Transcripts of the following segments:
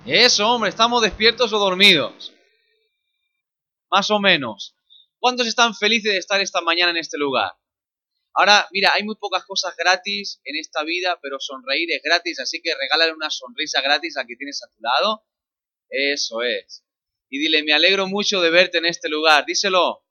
Eso, hombre, ¿estamos despiertos o dormidos? Más o menos. ¿Cuántos están felices de estar esta mañana en este lugar? Ahora, mira, hay muy pocas cosas gratis en esta vida, pero sonreír es gratis, así que regálale una sonrisa gratis al que tienes a tu lado. Eso es. Y dile, me alegro mucho de verte en este lugar. Díselo.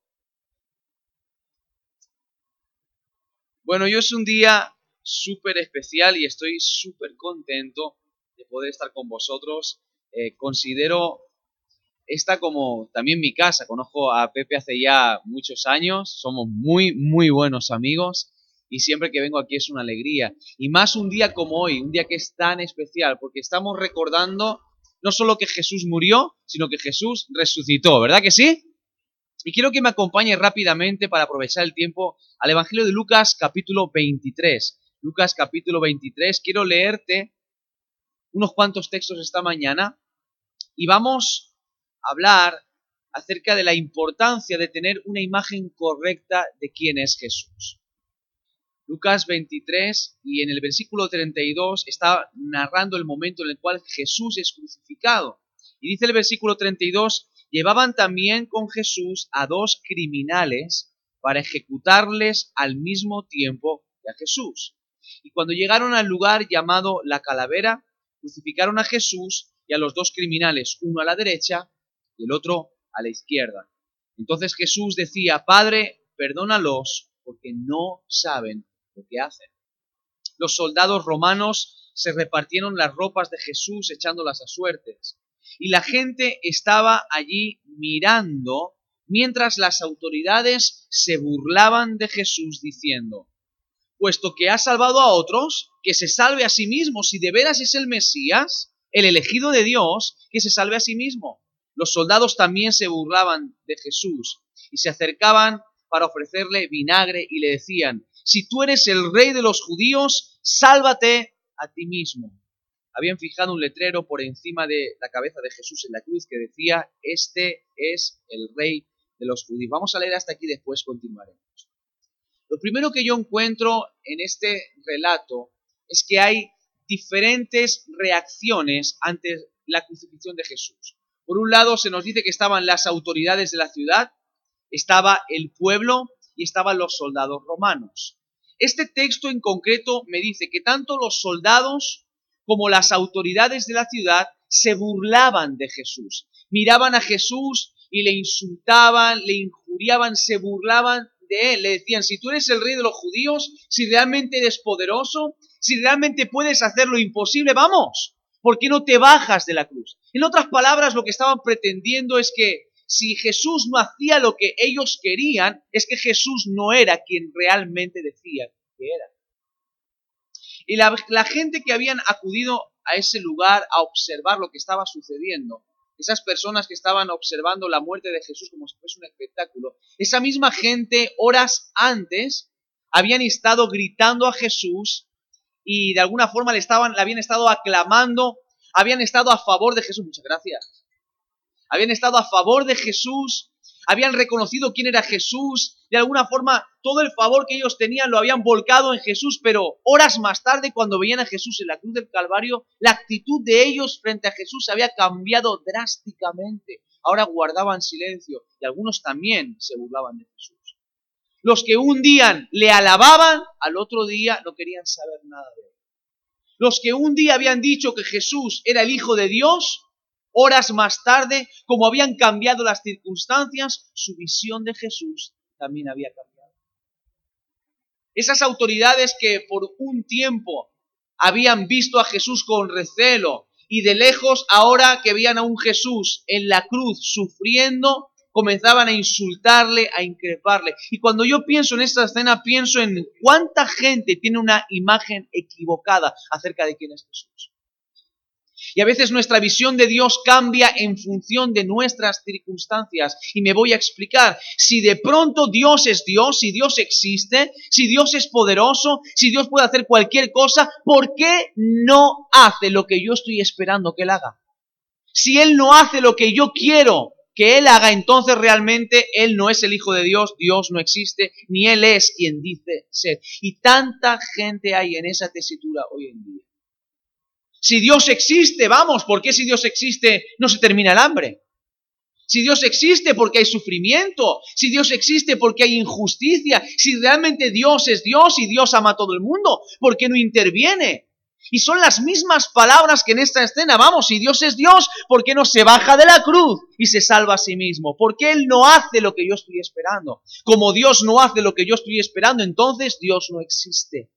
Bueno, yo es un día súper especial y estoy súper contento de poder estar con vosotros. Considero esta como también mi casa. Conozco a Pepe hace ya muchos años, somos muy, muy buenos amigos y siempre que vengo aquí es una alegría. Y más un día como hoy, un día que es tan especial, porque estamos recordando no solo que Jesús murió, sino que Jesús resucitó, ¿verdad que sí? Y quiero que me acompañe rápidamente para aprovechar el tiempo al Evangelio de Lucas capítulo 23. Lucas capítulo 23, quiero leerte unos cuantos textos esta mañana y vamos a hablar acerca de la importancia de tener una imagen correcta de quién es Jesús. Lucas 23 y en el versículo 32 está narrando el momento en el cual Jesús es crucificado. Y dice el versículo 32, llevaban también con Jesús a dos criminales para ejecutarles al mismo tiempo que a Jesús. Y cuando llegaron al lugar llamado La Calavera, crucificaron a Jesús y a los dos criminales, uno a la derecha y el otro a la izquierda. Entonces Jesús decía, Padre, perdónalos porque no saben lo que hacen. Los soldados romanos se repartieron las ropas de Jesús echándolas a suertes. Y la gente estaba allí mirando mientras las autoridades se burlaban de Jesús diciendo, puesto que ha salvado a otros, que se salve a sí mismo. Si de veras es el Mesías, el elegido de Dios, que se salve a sí mismo. Los soldados también se burlaban de Jesús y se acercaban para ofrecerle vinagre y le decían, si tú eres el rey de los judíos, sálvate a ti mismo. Habían fijado un letrero por encima de la cabeza de Jesús en la cruz que decía, este es el rey de los judíos. Vamos a leer hasta aquí, después continuaremos. Lo primero que yo encuentro en este relato es que hay diferentes reacciones ante la crucifixión de Jesús. Por un lado se nos dice que estaban las autoridades de la ciudad, estaba el pueblo y estaban los soldados romanos. Este texto en concreto me dice que tanto los soldados como las autoridades de la ciudad se burlaban de Jesús. Miraban a Jesús y le insultaban, le injuriaban, se burlaban de él. Le decían, si tú eres el rey de los judíos, si realmente eres poderoso, si realmente puedes hacer lo imposible, vamos, ¿por qué no te bajas de la cruz? En otras palabras, lo que estaban pretendiendo es que si Jesús no hacía lo que ellos querían, es que Jesús no era quien realmente decía que era. Y la gente que habían acudido a ese lugar a observar lo que estaba sucediendo, esas personas que estaban observando la muerte de Jesús como si fuese un espectáculo, esa misma gente horas antes habían estado gritando a Jesús y de alguna forma le habían estado aclamando, habían estado a favor de Jesús. Muchas gracias. Habían estado a favor de Jesús, habían reconocido quién era Jesús, de alguna forma todo el favor que ellos tenían lo habían volcado en Jesús, pero horas más tarde cuando veían a Jesús en la cruz del Calvario, la actitud de ellos frente a Jesús había cambiado drásticamente. Ahora guardaban silencio y algunos también se burlaban de Jesús. Los que un día le alababan, al otro día no querían saber nada de él. Los que un día habían dicho que Jesús era el Hijo de Dios, horas más tarde, como habían cambiado las circunstancias, su visión de Jesús también había cambiado. Esas autoridades que por un tiempo habían visto a Jesús con recelo y de lejos, ahora que veían a un Jesús en la cruz sufriendo, comenzaban a insultarle, a increparle. Y cuando yo pienso en esta escena, pienso en cuánta gente tiene una imagen equivocada acerca de quién es Jesús. Y a veces nuestra visión de Dios cambia en función de nuestras circunstancias. Y me voy a explicar. Si de pronto Dios es Dios, si Dios existe, si Dios es poderoso, si Dios puede hacer cualquier cosa, ¿por qué no hace lo que yo estoy esperando que Él haga? Si Él no hace lo que yo quiero que Él haga, entonces realmente Él no es el Hijo de Dios, Dios no existe, ni Él es quien dice ser. Y tanta gente hay en esa tesitura hoy en día. Si Dios existe, vamos, ¿por qué si Dios existe no se termina el hambre? Si Dios existe, ¿por qué hay sufrimiento? Si Dios existe, ¿por qué hay injusticia? Si realmente Dios es Dios y Dios ama a todo el mundo, ¿por qué no interviene? Y son las mismas palabras que en esta escena. Vamos, si Dios es Dios, ¿por qué no se baja de la cruz y se salva a sí mismo? ¿Por qué Él no hace lo que yo estoy esperando? Como Dios no hace lo que yo estoy esperando, entonces Dios no existe.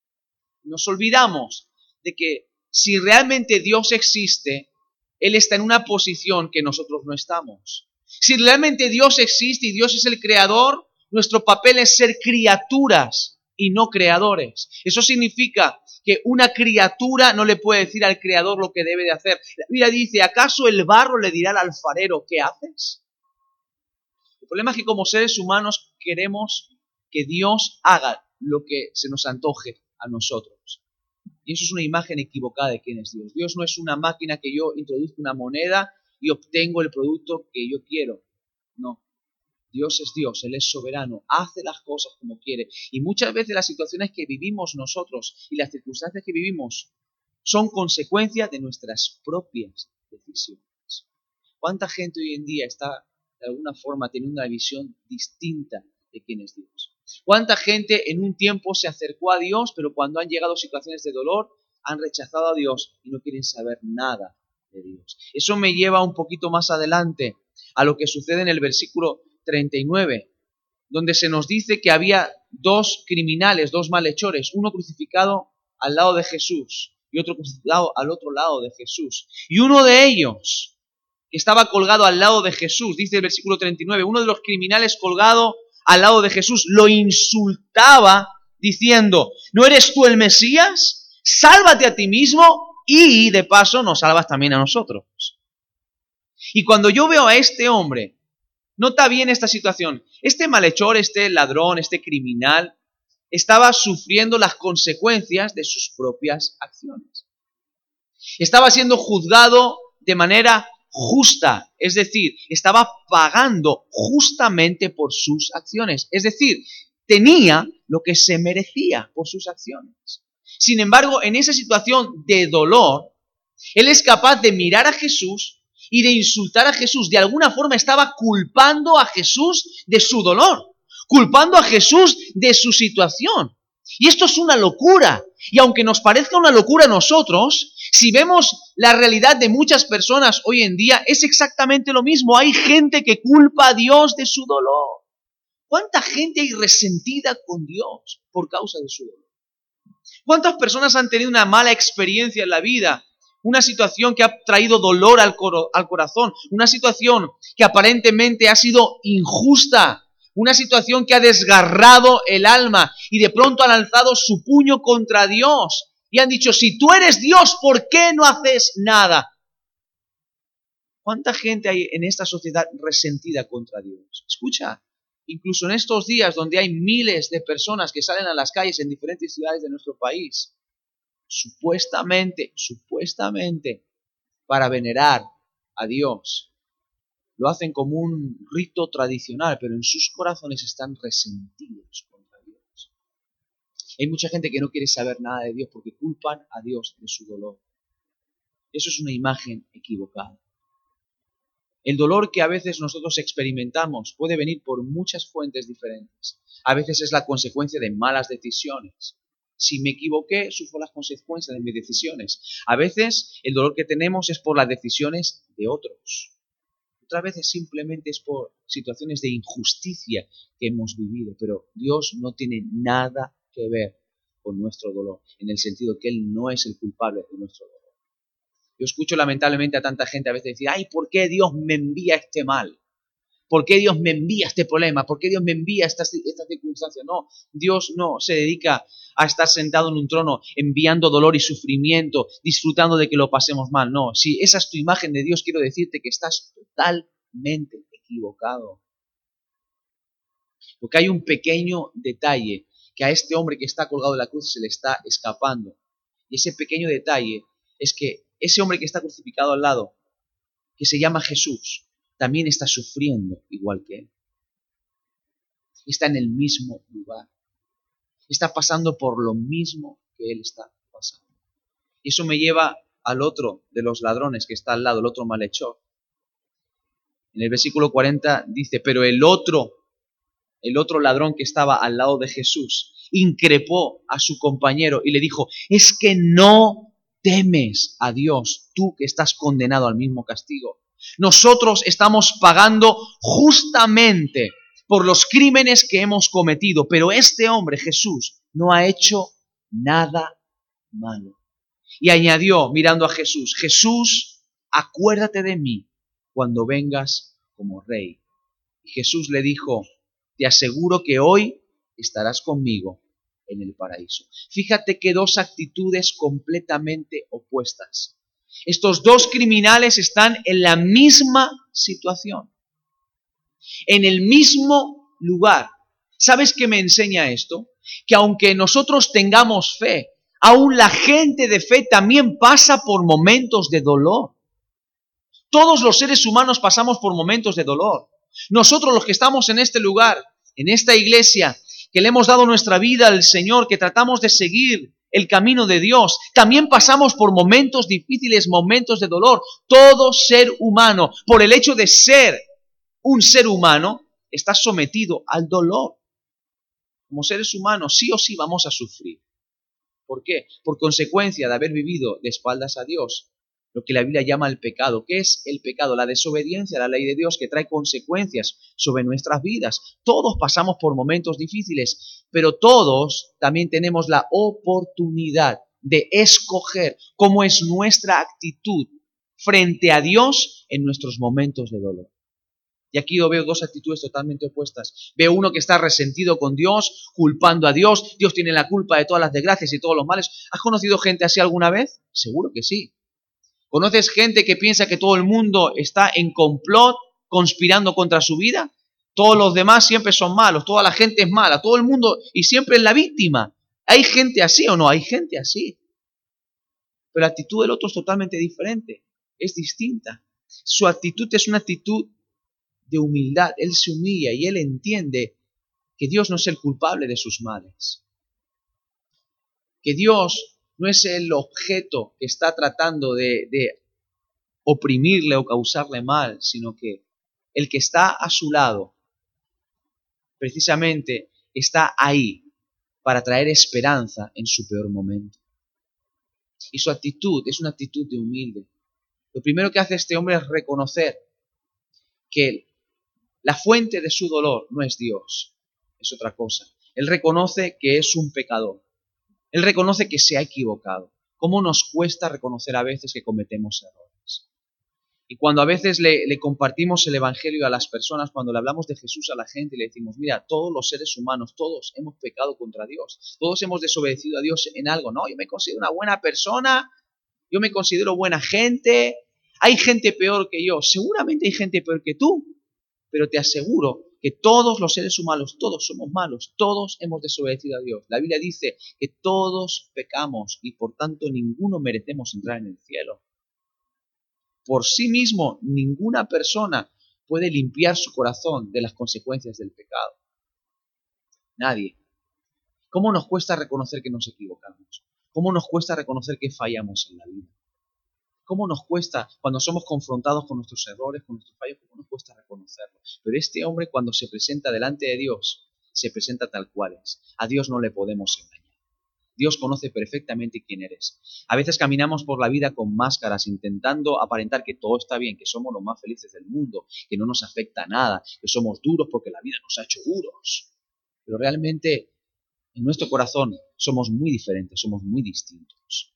Nos olvidamos de que si realmente Dios existe, Él está en una posición que nosotros no estamos. Si realmente Dios existe y Dios es el creador, nuestro papel es ser criaturas y no creadores. Eso significa que una criatura no le puede decir al creador lo que debe de hacer. La Biblia dice, ¿acaso el barro le dirá al alfarero qué haces? El problema es que como seres humanos queremos que Dios haga lo que se nos antoje a nosotros. Y eso es una imagen equivocada de quién es Dios. Dios no es una máquina que yo introduzco una moneda y obtengo el producto que yo quiero. No. Dios es Dios, Él es soberano, hace las cosas como quiere. Y muchas veces las situaciones que vivimos nosotros y las circunstancias que vivimos son consecuencia de nuestras propias decisiones. ¿Cuánta gente hoy en día está de alguna forma teniendo una visión distinta de quién es Dios? ¿Cuánta gente en un tiempo se acercó a Dios, pero cuando han llegado situaciones de dolor, han rechazado a Dios y no quieren saber nada de Dios? Eso me lleva un poquito más adelante a lo que sucede en el versículo 39, donde se nos dice que había dos criminales, dos malhechores, uno crucificado al lado de Jesús y otro crucificado al otro lado de Jesús. Y uno de ellos, que estaba colgado al lado de Jesús, dice el versículo 39, uno de los criminales colgado al lado de Jesús lo insultaba diciendo, ¿no eres tú el Mesías? Sálvate a ti mismo y de paso nos salvas también a nosotros. Y cuando yo veo a este hombre, nota bien esta situación, este malhechor, este ladrón, este criminal, estaba sufriendo las consecuencias de sus propias acciones. Estaba siendo juzgado de manera justa, es decir, estaba pagando justamente por sus acciones, es decir, tenía lo que se merecía por sus acciones. Sin embargo, en esa situación de dolor, él es capaz de mirar a Jesús y de insultar a Jesús. De alguna forma estaba culpando a Jesús de su dolor, culpando a Jesús de su situación. Y esto es una locura. Y aunque nos parezca una locura a nosotros, si vemos la realidad de muchas personas hoy en día, es exactamente lo mismo. Hay gente que culpa a Dios de su dolor. ¿Cuánta gente hay resentida con Dios por causa de su dolor? ¿Cuántas personas han tenido una mala experiencia en la vida? Una situación que ha traído dolor al corazón, una situación que aparentemente ha sido injusta, una situación que ha desgarrado el alma y de pronto han alzado su puño contra Dios y han dicho, si tú eres Dios, ¿por qué no haces nada? ¿Cuánta gente hay en esta sociedad resentida contra Dios? Escucha, incluso en estos días donde hay miles de personas que salen a las calles en diferentes ciudades de nuestro país, supuestamente, para venerar a Dios. Lo hacen como un rito tradicional, pero en sus corazones están resentidos contra Dios. Hay mucha gente que no quiere saber nada de Dios porque culpan a Dios de su dolor. Eso es una imagen equivocada. El dolor que a veces nosotros experimentamos puede venir por muchas fuentes diferentes. A veces es la consecuencia de malas decisiones. Si me equivoqué, sufro las consecuencias de mis decisiones. A veces el dolor que tenemos es por las decisiones de otros. Otras veces simplemente es por situaciones de injusticia que hemos vivido. Pero Dios no tiene nada que ver con nuestro dolor, en el sentido que Él no es el culpable de nuestro dolor. Yo escucho lamentablemente a tanta gente a veces decir, ay, ¿por qué Dios me envía este mal? ¿Por qué Dios me envía este problema? ¿Por qué Dios me envía esta circunstancia? No, Dios no se dedica a estar sentado en un trono enviando dolor y sufrimiento, disfrutando de que lo pasemos mal. No, si esa es tu imagen de Dios, quiero decirte que estás totalmente equivocado. Porque hay un pequeño detalle que a este hombre que está colgado en la cruz se le está escapando. Y ese pequeño detalle es que ese hombre que está crucificado al lado, que se llama Jesús, también está sufriendo igual que él. Está en el mismo lugar. Está pasando por lo mismo que él está pasando. Y eso me lleva al otro de los ladrones que está al lado, el otro malhechor. En el versículo 40 dice, pero el otro ladrón que estaba al lado de Jesús, increpó a su compañero y le dijo, ¿es que no temes a Dios, tú que estás condenado al mismo castigo? Nosotros estamos pagando justamente por los crímenes que hemos cometido, pero este hombre, Jesús, no ha hecho nada malo. Y añadió, mirando a Jesús, Jesús, acuérdate de mí cuando vengas como rey. Y Jesús le dijo, te aseguro que hoy estarás conmigo en el paraíso. Fíjate que dos actitudes completamente opuestas. Estos dos criminales están en la misma situación, en el mismo lugar. ¿Sabes qué me enseña esto? Que aunque nosotros tengamos fe, aún la gente de fe también pasa por momentos de dolor. Todos los seres humanos pasamos por momentos de dolor. Nosotros los que estamos en este lugar, en esta iglesia, que le hemos dado nuestra vida al Señor, que tratamos de seguir el camino de Dios, también pasamos por momentos difíciles, momentos de dolor. Todo ser humano, por el hecho de ser un ser humano, está sometido al dolor. Como seres humanos, sí o sí vamos a sufrir. ¿Por qué? Por consecuencia de haber vivido de espaldas a Dios. Lo que la Biblia llama el pecado. ¿Qué es el pecado? La desobediencia a la ley de Dios que trae consecuencias sobre nuestras vidas. Todos pasamos por momentos difíciles, pero todos también tenemos la oportunidad de escoger cómo es nuestra actitud frente a Dios en nuestros momentos de dolor. Y aquí yo veo dos actitudes totalmente opuestas. Veo uno que está resentido con Dios, culpando a Dios. Dios tiene la culpa de todas las desgracias y todos los males. ¿Has conocido gente así alguna vez? Seguro que sí. ¿Conoces gente que piensa que todo el mundo está en complot, conspirando contra su vida? Todos los demás siempre son malos, toda la gente es mala, todo el mundo y siempre es la víctima. ¿Hay gente así o no? Hay gente así. Pero la actitud del otro es totalmente diferente, es distinta. Su actitud es una actitud de humildad. Él se humilla y él entiende que Dios no es el culpable de sus males. Que Dios no es el objeto que está tratando de oprimirle o causarle mal, sino que el que está a su lado, precisamente, está ahí para traer esperanza en su peor momento. Y su actitud es una actitud de humilde. Lo primero que hace este hombre es reconocer que la fuente de su dolor no es Dios, es otra cosa. Él reconoce que es un pecador. Él reconoce que se ha equivocado. ¿Cómo nos cuesta reconocer a veces que cometemos errores? Y cuando a veces le compartimos el Evangelio a las personas, cuando le hablamos de Jesús a la gente y le decimos, mira, todos los seres humanos, todos hemos pecado contra Dios, todos hemos desobedecido a Dios en algo. No, yo me considero una buena persona, yo me considero buena gente, hay gente peor que yo, seguramente hay gente peor que tú, pero te aseguro que todos los seres humanos, todos somos malos, todos hemos desobedecido a Dios. La Biblia dice que todos pecamos y por tanto ninguno merecemos entrar en el cielo. Por sí mismo, ninguna persona puede limpiar su corazón de las consecuencias del pecado. Nadie. ¿Cómo nos cuesta reconocer que nos equivocamos? ¿Cómo nos cuesta reconocer que fallamos en la vida? ¿Cómo nos cuesta cuando somos confrontados con nuestros errores, con nuestros fallos? ¿Cómo nos cuesta reconocerlos? Pero este hombre cuando se presenta delante de Dios, se presenta tal cual es. A Dios no le podemos engañar. Dios conoce perfectamente quién eres. A veces caminamos por la vida con máscaras, intentando aparentar que todo está bien, que somos los más felices del mundo, que no nos afecta nada, que somos duros porque la vida nos ha hecho duros. Pero realmente en nuestro corazón somos muy diferentes, somos muy distintos.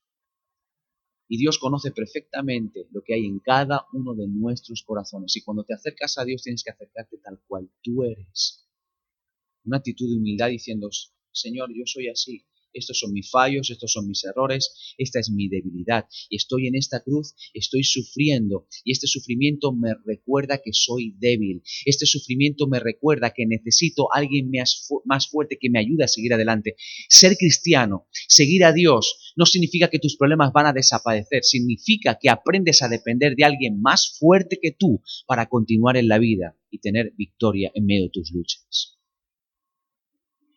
Y Dios conoce perfectamente lo que hay en cada uno de nuestros corazones. Y cuando te acercas a Dios tienes que acercarte tal cual tú eres. Una actitud de humildad diciendo, Señor, yo soy así. Estos son mis fallos, estos son mis errores, esta es mi debilidad. Y estoy en esta cruz, estoy sufriendo. Y este sufrimiento me recuerda que soy débil. Este sufrimiento me recuerda que necesito a alguien más fuerte que me ayude a seguir adelante. Ser cristiano, seguir a Dios, no significa que tus problemas van a desaparecer. Significa que aprendes a depender de alguien más fuerte que tú para continuar en la vida y tener victoria en medio de tus luchas.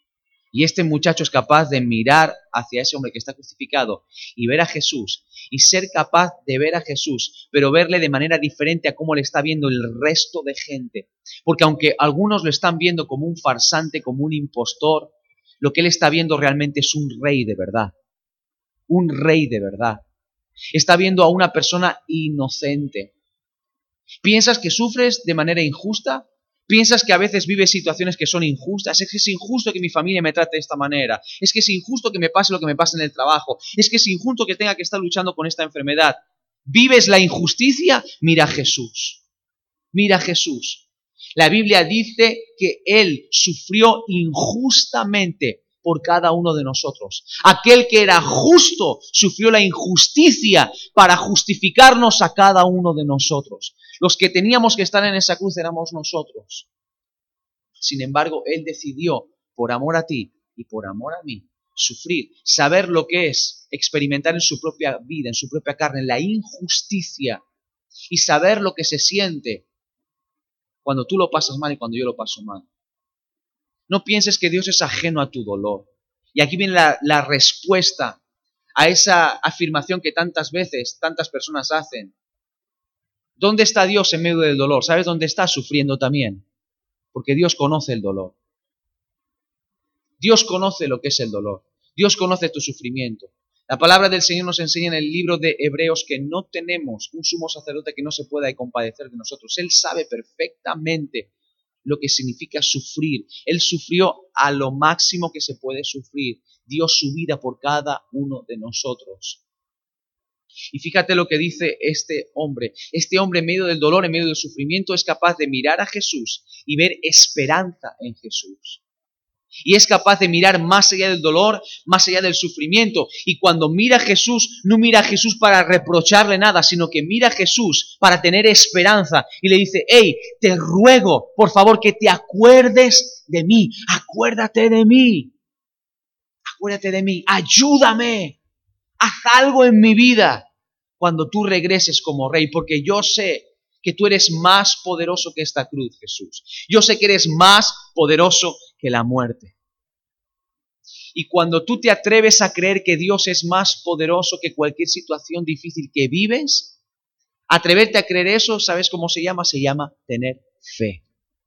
Y este muchacho es capaz de mirar hacia ese hombre que está crucificado y ver a Jesús, y ser capaz de ver a Jesús, pero verle de manera diferente a cómo le está viendo el resto de gente. Porque aunque algunos lo están viendo como un farsante, como un impostor, lo que él está viendo realmente es un rey de verdad. Un rey de verdad. Está viendo a una persona inocente. ¿Piensas que sufres de manera injusta? ¿Piensas que a veces vives situaciones que son injustas? Es que es injusto que mi familia me trate de esta manera. Es que es injusto que me pase lo que me pasa en el trabajo. Es que es injusto que tenga que estar luchando con esta enfermedad. ¿Vives la injusticia? Mira a Jesús. Mira a Jesús. La Biblia dice que Él sufrió injustamente por cada uno de nosotros. Aquel que era justo sufrió la injusticia para justificarnos a cada uno de nosotros. Los que teníamos que estar en esa cruz éramos nosotros. Sin embargo, Él decidió, por amor a ti y por amor a mí, sufrir, saber lo que es experimentar en su propia vida, en su propia carne, la injusticia y saber lo que se siente cuando tú lo pasas mal y cuando yo lo paso mal. No pienses que Dios es ajeno a tu dolor. Y aquí viene la respuesta a esa afirmación que tantas veces, tantas personas hacen. ¿Dónde está Dios en medio del dolor? ¿Sabes dónde está? Sufriendo también. Porque Dios conoce el dolor. Dios conoce lo que es el dolor. Dios conoce tu sufrimiento. La palabra del Señor nos enseña en el libro de Hebreos que no tenemos un sumo sacerdote que no se pueda compadecer de nosotros. Él sabe perfectamente lo que significa sufrir. Él sufrió a lo máximo que se puede sufrir. Dio su vida por cada uno de nosotros. Y fíjate lo que dice este hombre. Este hombre en medio del dolor, en medio del sufrimiento, es capaz de mirar a Jesús y ver esperanza en Jesús. Y es capaz de mirar más allá del dolor, más allá del sufrimiento. Y cuando mira a Jesús, no mira a Jesús para reprocharle nada, sino que mira a Jesús para tener esperanza. Y le dice, hey, te ruego, por favor, que te acuerdes de mí. Acuérdate de mí. Acuérdate de mí. Ayúdame. Haz algo en mi vida cuando tú regreses como rey, porque yo sé que tú eres más poderoso que esta cruz, Jesús. Yo sé que eres más poderoso que la muerte. Y cuando tú te atreves a creer que Dios es más poderoso que cualquier situación difícil que vives, atreverte a creer eso, ¿sabes cómo se llama? Se llama tener fe.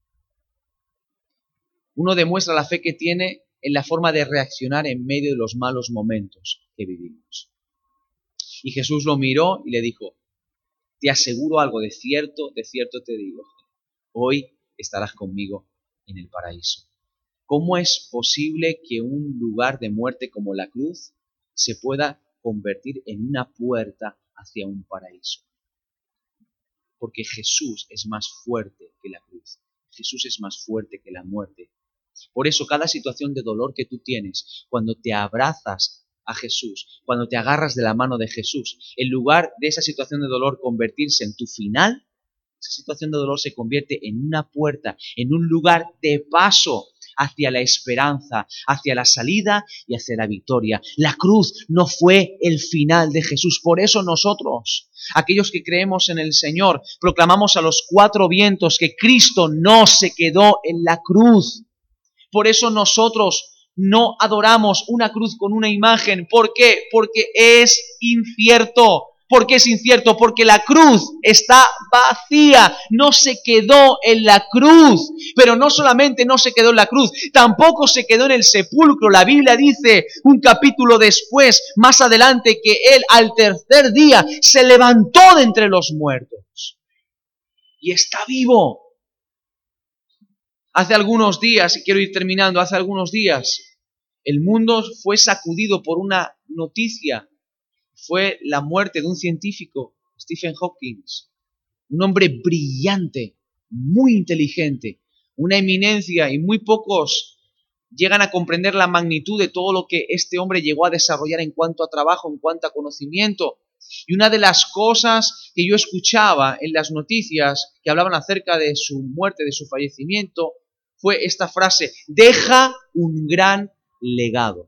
Uno demuestra la fe que tiene en la forma de reaccionar en medio de los malos momentos que vivimos. Y Jesús lo miró y le dijo, te aseguro algo, de cierto te digo, hoy estarás conmigo en el paraíso. ¿Cómo es posible que un lugar de muerte como la cruz se pueda convertir en una puerta hacia un paraíso? Porque Jesús es más fuerte que la cruz. Jesús es más fuerte que la muerte. Por eso cada situación de dolor que tú tienes, cuando te abrazas a Jesús, cuando te agarras de la mano de Jesús, en lugar de esa situación de dolor convertirse en tu final, esa situación de dolor se convierte en una puerta, en un lugar de paso hacia la esperanza, hacia la salida y hacia la victoria. La cruz no fue el final de Jesús. Por eso nosotros, aquellos que creemos en el Señor, proclamamos a los cuatro vientos que Cristo no se quedó en la cruz. Por eso nosotros no adoramos una cruz con una imagen. ¿Por qué? Porque es incierto. ¿Por qué es incierto? Porque la cruz está vacía, no se quedó en la cruz. Pero no solamente no se quedó en la cruz, tampoco se quedó en el sepulcro. La Biblia dice un capítulo después, más adelante, que Él al tercer día se levantó de entre los muertos. Y está vivo. Hace algunos días, y quiero ir terminando, hace algunos días, el mundo fue sacudido por una noticia. Fue la muerte de un científico, Stephen Hawking, un hombre brillante, muy inteligente, una eminencia, y muy pocos llegan a comprender la magnitud de todo lo que este hombre llegó a desarrollar en cuanto a trabajo, en cuanto a conocimiento. Y una de las cosas que yo escuchaba en las noticias que hablaban acerca de su muerte, de su fallecimiento, fue esta frase, deja un gran legado.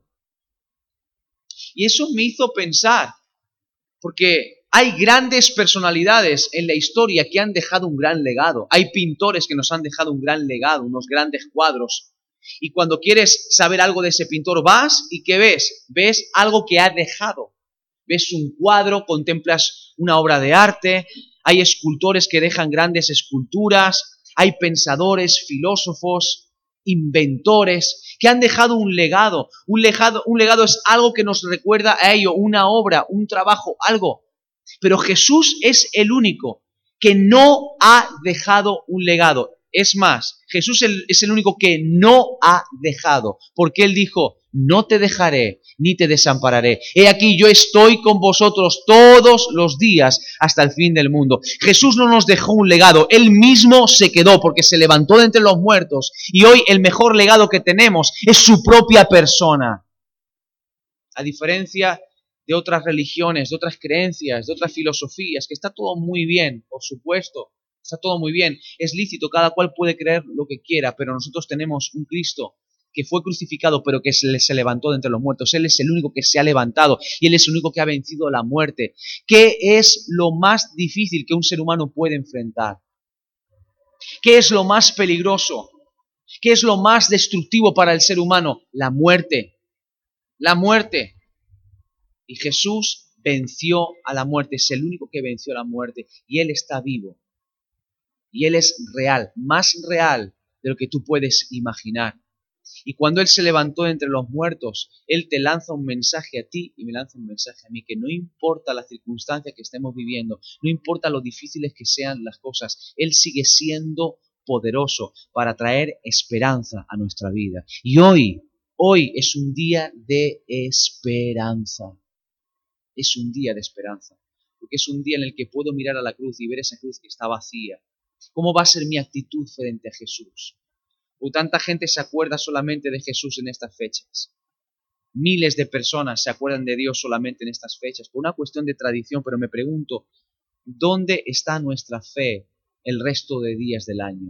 Y eso me hizo pensar, porque hay grandes personalidades en la historia que han dejado un gran legado. Hay pintores que nos han dejado un gran legado, unos grandes cuadros. Y cuando quieres saber algo de ese pintor, vas y ¿qué ves? Ves algo que ha dejado. Ves un cuadro, contemplas una obra de arte, hay escultores que dejan grandes esculturas, hay pensadores, filósofos, inventores que han dejado un legado. Un legado es algo que nos recuerda a ello, una obra, un trabajo, algo. Pero Jesús es el único que no ha dejado un legado. Es más, Jesús es el único que no ha dejado, porque Él dijo, no te dejaré ni te desampararé. He aquí, yo estoy con vosotros todos los días hasta el fin del mundo. Jesús no nos dejó un legado, Él mismo se quedó porque se levantó de entre los muertos y hoy el mejor legado que tenemos es su propia persona. A diferencia de otras religiones, de otras creencias, de otras filosofías, que está todo muy bien, por supuesto, está todo muy bien, es lícito, cada cual puede creer lo que quiera, pero nosotros tenemos un Cristo que fue crucificado, pero que se levantó de entre los muertos. Él es el único que se ha levantado y Él es el único que ha vencido la muerte. ¿Qué es lo más difícil que un ser humano puede enfrentar? ¿Qué es lo más peligroso? ¿Qué es lo más destructivo para el ser humano? La muerte. La muerte. Y Jesús venció a la muerte, es el único que venció a la muerte y Él está vivo. Y Él es real, más real de lo que tú puedes imaginar. Y cuando Él se levantó de entre los muertos, Él te lanza un mensaje a ti y me lanza un mensaje a mí, que no importa la circunstancia que estemos viviendo, no importa lo difíciles que sean las cosas, Él sigue siendo poderoso para traer esperanza a nuestra vida. Y hoy es un día de esperanza. Es un día de esperanza, porque es un día en el que puedo mirar a la cruz y ver esa cruz que está vacía. ¿Cómo va a ser mi actitud frente a Jesús? ¿O tanta gente se acuerda solamente de Jesús en estas fechas? Miles de personas se acuerdan de Dios solamente en estas fechas, por una cuestión de tradición, pero me pregunto, ¿dónde está nuestra fe el resto de días del año?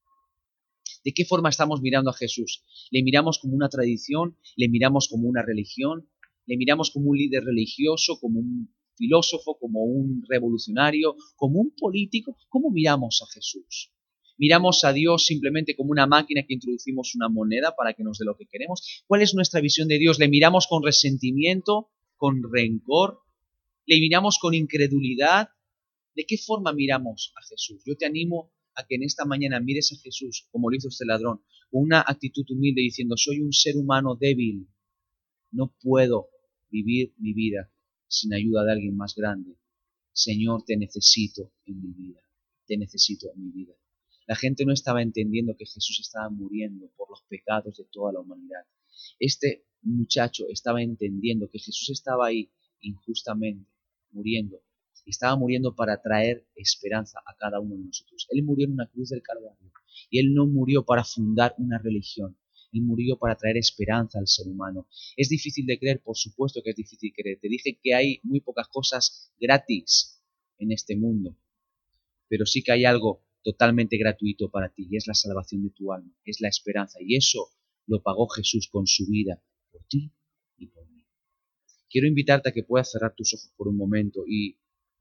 ¿De qué forma estamos mirando a Jesús? ¿Le miramos como una tradición? ¿Le miramos como una religión? ¿Le miramos como un líder religioso, como un filósofo, como un revolucionario, como un político? ¿Cómo miramos a Jesús? ¿Miramos a Dios simplemente como una máquina que introducimos una moneda para que nos dé lo que queremos? ¿Cuál es nuestra visión de Dios? ¿Le miramos con resentimiento, con rencor? ¿Le miramos con incredulidad? ¿De qué forma miramos a Jesús? Yo te animo a que en esta mañana mires a Jesús como lo hizo este ladrón, con una actitud humilde diciendo, soy un ser humano débil, no puedo vivir mi vida sin ayuda de alguien más grande. Señor, te necesito en mi vida, te necesito en mi vida. La gente no estaba entendiendo que Jesús estaba muriendo por los pecados de toda la humanidad. Este muchacho estaba entendiendo que Jesús estaba ahí injustamente, muriendo. Y estaba muriendo para traer esperanza a cada uno de nosotros. Él murió en una cruz del Calvario. Y Él no murió para fundar una religión. Él murió para traer esperanza al ser humano. ¿Es difícil de creer? Por supuesto que es difícil de creer. Te dije que hay muy pocas cosas gratis en este mundo. Pero sí que hay algo totalmente gratuito para ti. Y es la salvación de tu alma. Es la esperanza. Y eso lo pagó Jesús con su vida. Por ti y por mí. Quiero invitarte a que puedas cerrar tus ojos por un momento y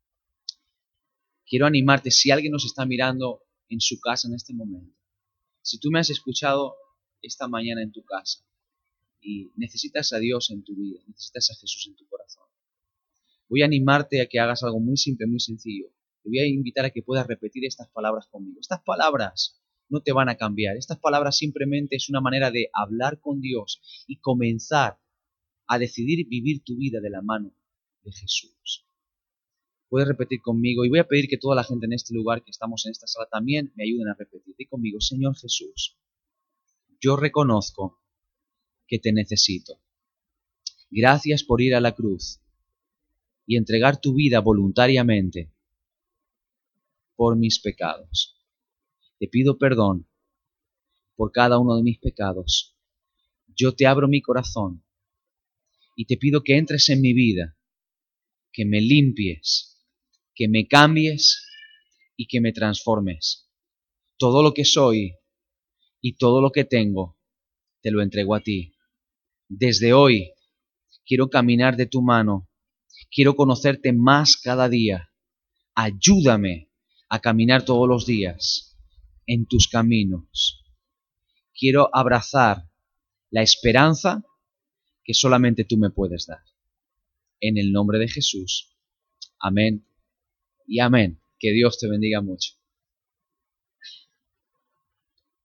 quiero animarte, si alguien nos está mirando en su casa en este momento, si tú me has escuchado esta mañana en tu casa y necesitas a Dios en tu vida, necesitas a Jesús en tu corazón, voy a animarte a que hagas algo muy simple, muy sencillo. Te voy a invitar a que puedas repetir estas palabras conmigo. Estas palabras no te van a cambiar. Estas palabras simplemente es una manera de hablar con Dios y comenzar a decidir vivir tu vida de la mano de Jesús. Puedes repetir conmigo y voy a pedir que toda la gente en este lugar, que estamos en esta sala, también me ayuden a repetir. Di conmigo, Señor Jesús, yo reconozco que te necesito. Gracias por ir a la cruz y entregar tu vida voluntariamente por mis pecados. Te pido perdón por cada uno de mis pecados. Yo te abro mi corazón y te pido que entres en mi vida, que me limpies, que me cambies y que me transformes. Todo lo que soy y todo lo que tengo, te lo entrego a ti. Desde hoy quiero caminar de tu mano, quiero conocerte más cada día. Ayúdame a caminar todos los días en tus caminos. quiero abrazar la esperanza que solamente tú me puedes dar. En el nombre de Jesús. Amén y amén. Que Dios te bendiga mucho.